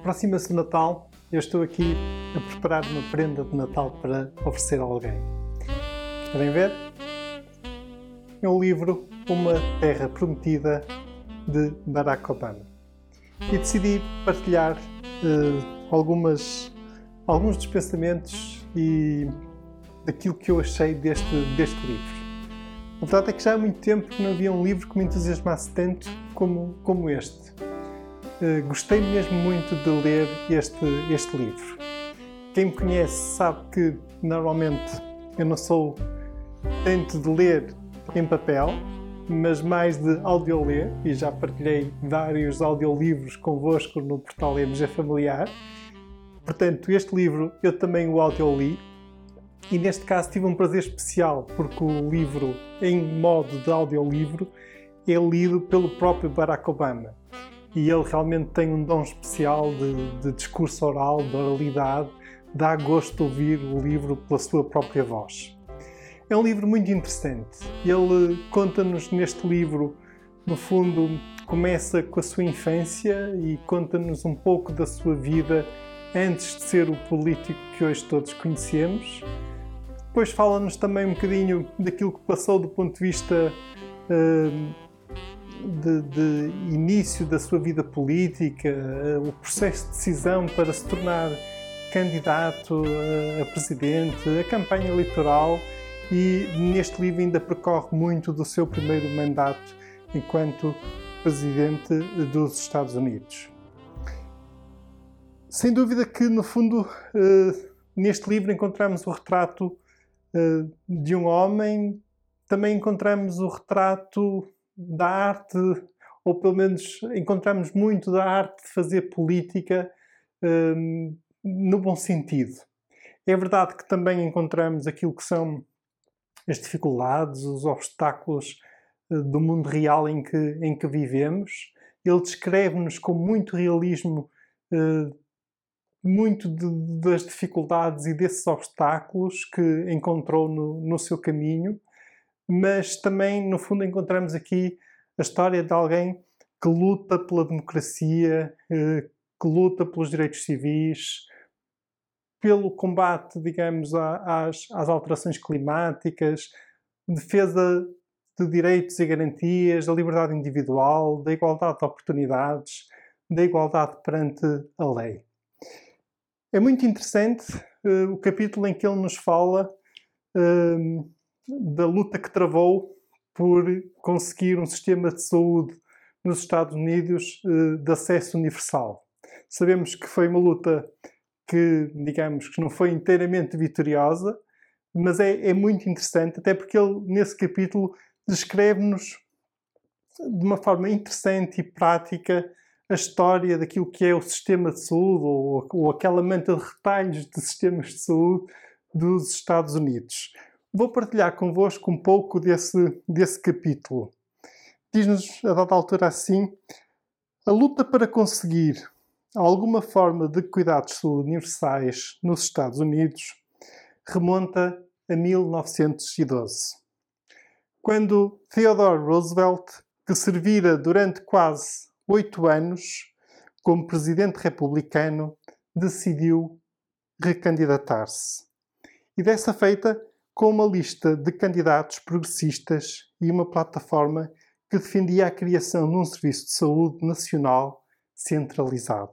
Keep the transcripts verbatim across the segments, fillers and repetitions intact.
Aproxima-se o Natal, eu estou aqui a preparar uma prenda de Natal para oferecer a alguém. Querem ver? É um livro, Uma Terra Prometida, de Barack Obama. E decidi partilhar uh, algumas, alguns dos pensamentos e daquilo que eu achei deste, deste livro. A verdade é que já há muito tempo que não havia um livro que me entusiasmasse tanto como, como este. Uh, gostei mesmo muito de ler este, este livro. Quem me conhece sabe que normalmente eu não sou tanto de ler em papel, mas mais de audioler, e já partilhei vários audiolivros convosco no portal M G Familiar. Portanto, este livro eu também o audioli, e neste caso tive um prazer especial, porque o livro, em modo de audiolivro, é lido pelo próprio Barack Obama. E ele realmente tem um dom especial de, de discurso oral, de oralidade, dá gosto de ouvir o livro pela sua própria voz. É um livro muito interessante. Ele conta-nos neste livro, no fundo, começa com a sua infância e conta-nos um pouco da sua vida antes de ser o político que hoje todos conhecemos. Depois fala-nos também um bocadinho daquilo que passou do ponto de vista uh, de, de início da sua vida política, uh, o processo de decisão para se tornar candidato uh, a presidente, a campanha eleitoral. E neste livro ainda percorre muito do seu primeiro mandato enquanto Presidente dos Estados Unidos. Sem dúvida que, no fundo, neste livro encontramos o retrato de um homem, também encontramos o retrato da arte, ou pelo menos encontramos muito da arte de fazer política no bom sentido. É verdade que também encontramos aquilo que são as dificuldades, os obstáculos do mundo real em que, em que vivemos. Ele descreve-nos com muito realismo eh, muito de, das dificuldades e desses obstáculos que encontrou no, no seu caminho, mas também, no fundo, encontramos aqui a história de alguém que luta pela democracia, eh, que luta pelos direitos civis, pelo combate, digamos, às, às alterações climáticas, defesa de direitos e garantias, da liberdade individual, da igualdade de oportunidades, da igualdade perante a lei. É muito interessante uh, o capítulo em que ele nos fala uh, da luta que travou por conseguir um sistema de saúde nos Estados Unidos uh, de acesso universal. Sabemos que foi uma luta que, digamos, que não foi inteiramente vitoriosa, mas é, é muito interessante, até porque ele, nesse capítulo, descreve-nos de uma forma interessante e prática a história daquilo que é o sistema de saúde, ou, ou aquela manta de retalhos de sistemas de saúde dos Estados Unidos. Vou partilhar convosco um pouco desse, desse capítulo. Diz-nos, a dada altura assim, a luta para conseguir alguma forma de cuidados de saúde universais nos Estados Unidos remonta a mil novecentos e doze, quando Theodore Roosevelt, que servira durante quase oito anos como presidente republicano, decidiu recandidatar-se. E dessa feita, com uma lista de candidatos progressistas e uma plataforma que defendia a criação de um serviço de saúde nacional centralizado.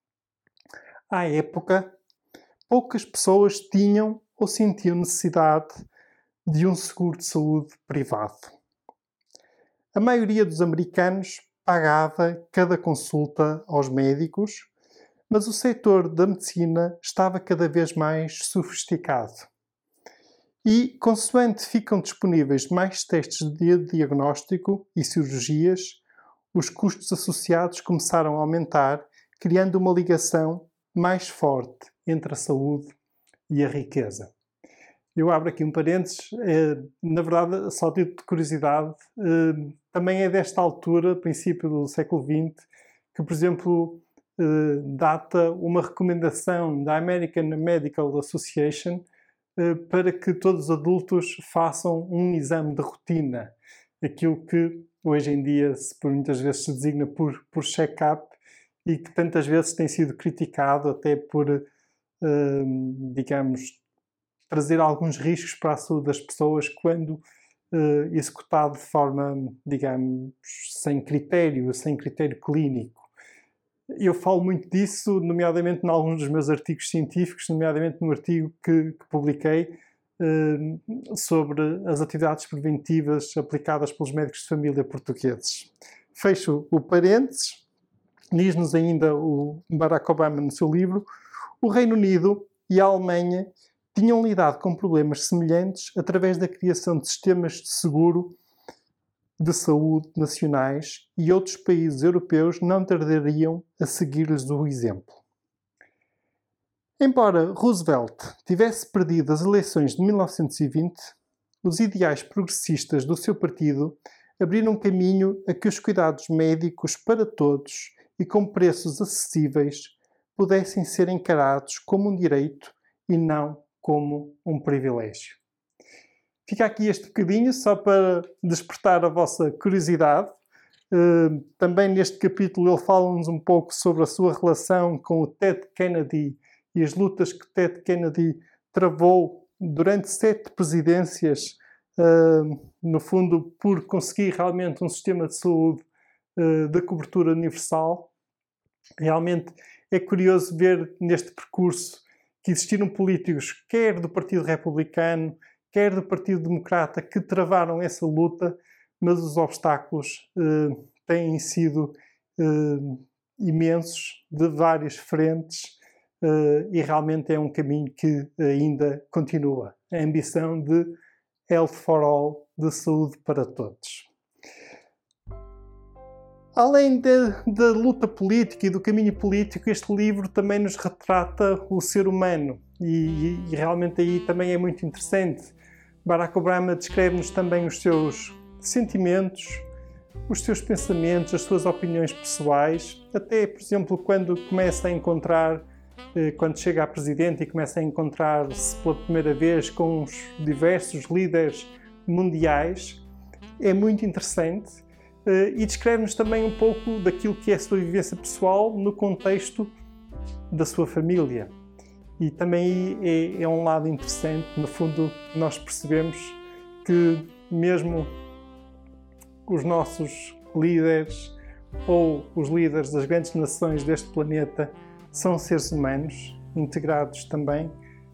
À época, poucas pessoas tinham ou sentiam necessidade de um seguro de saúde privado. A maioria dos americanos pagava cada consulta aos médicos, mas o setor da medicina estava cada vez mais sofisticado. E, consoante ficam disponíveis mais testes de diagnóstico e cirurgias, os custos associados começaram a aumentar, criando uma ligação mais forte entre a saúde e a riqueza. Eu abro aqui um parênteses, eh, na verdade, só título de curiosidade, eh, também é desta altura, princípio do século vinte, que, por exemplo, eh, data uma recomendação da American Medical Association eh, para que todos os adultos façam um exame de rotina, aquilo que hoje em dia, por muitas vezes se designa por, por check-up, e que tantas vezes tem sido criticado até por, uh, digamos, trazer alguns riscos para a saúde das pessoas quando uh, executado de forma, digamos, sem critério, sem critério clínico. Eu falo muito disso, nomeadamente em alguns dos meus artigos científicos, nomeadamente no artigo que, que publiquei uh, sobre as atividades preventivas aplicadas pelos médicos de família portugueses. Fecho o parênteses. Diz-nos ainda o Barack Obama no seu livro: o Reino Unido e a Alemanha tinham lidado com problemas semelhantes através da criação de sistemas de seguro de saúde nacionais, e outros países europeus não tardariam a seguir-lhes o exemplo. Embora Roosevelt tivesse perdido as eleições de mil novecentos e vinte, os ideais progressistas do seu partido abriram caminho a que os cuidados médicos para todos e com preços acessíveis pudessem ser encarados como um direito e não como um privilégio. Fica aqui este bocadinho só para despertar a vossa curiosidade. Uh, também neste capítulo ele fala-nos um pouco sobre a sua relação com o Ted Kennedy e as lutas que Ted Kennedy travou durante sete presidências, uh, no fundo por conseguir realmente um sistema de saúde uh, de cobertura universal. Realmente é curioso ver neste percurso que existiram políticos, quer do Partido Republicano, quer do Partido Democrata, que travaram essa luta, mas os obstáculos eh, têm sido eh, imensos, de várias frentes, eh, e realmente é um caminho que ainda continua. A ambição de Health for All, de saúde para todos. Além da luta política e do caminho político, este livro também nos retrata o ser humano e, e realmente aí também é muito interessante. Barack Obama descreve-nos também os seus sentimentos, os seus pensamentos, as suas opiniões pessoais, até, por exemplo, quando começa a encontrar, quando chega a presidente e começa a encontrar-se pela primeira vez com os diversos líderes mundiais, é muito interessante. Uh, e descreve-nos também um pouco daquilo que é a sua vivência pessoal no contexto da sua família. E também é, é um lado interessante, no fundo, nós percebemos que mesmo os nossos líderes ou os líderes das grandes nações deste planeta são seres humanos, integrados também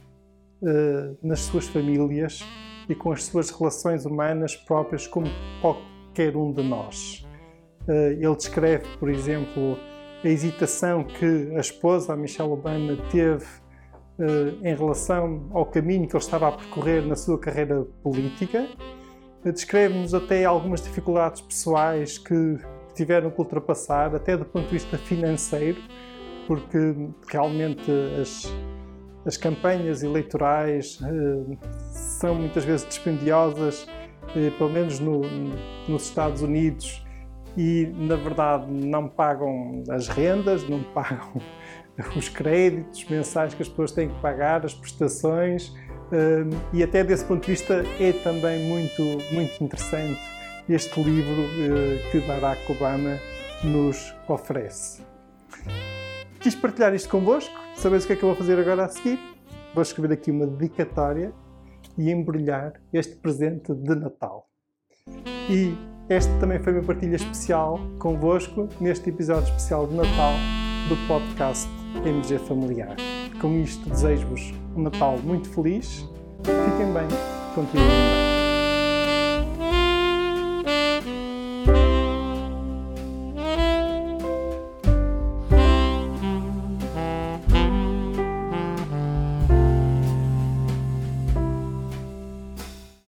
uh, nas suas famílias e com as suas relações humanas próprias como qualquer qualquer um de nós. Ele descreve, por exemplo, a hesitação que a esposa, a Michelle Obama, teve em relação ao caminho que ele estava a percorrer na sua carreira política. Descreve-nos até algumas dificuldades pessoais que tiveram que ultrapassar, até do ponto de vista financeiro, porque realmente as, as campanhas eleitorais são muitas vezes dispendiosas, pelo menos no, nos Estados Unidos, e na verdade não pagam as rendas, não pagam os créditos mensais que as pessoas têm que pagar, as prestações, e até desse ponto de vista é também muito, muito interessante este livro que Barack Obama nos oferece. Quis partilhar isto convosco. Sabeis o que é que eu vou fazer agora a seguir? Vou escrever aqui uma dedicatória e embrulhar este presente de Natal. E esta também foi uma partilha especial convosco neste episódio especial de Natal do podcast M G Familiar. Com isto desejo-vos um Natal muito feliz. Fiquem bem, continuem bem.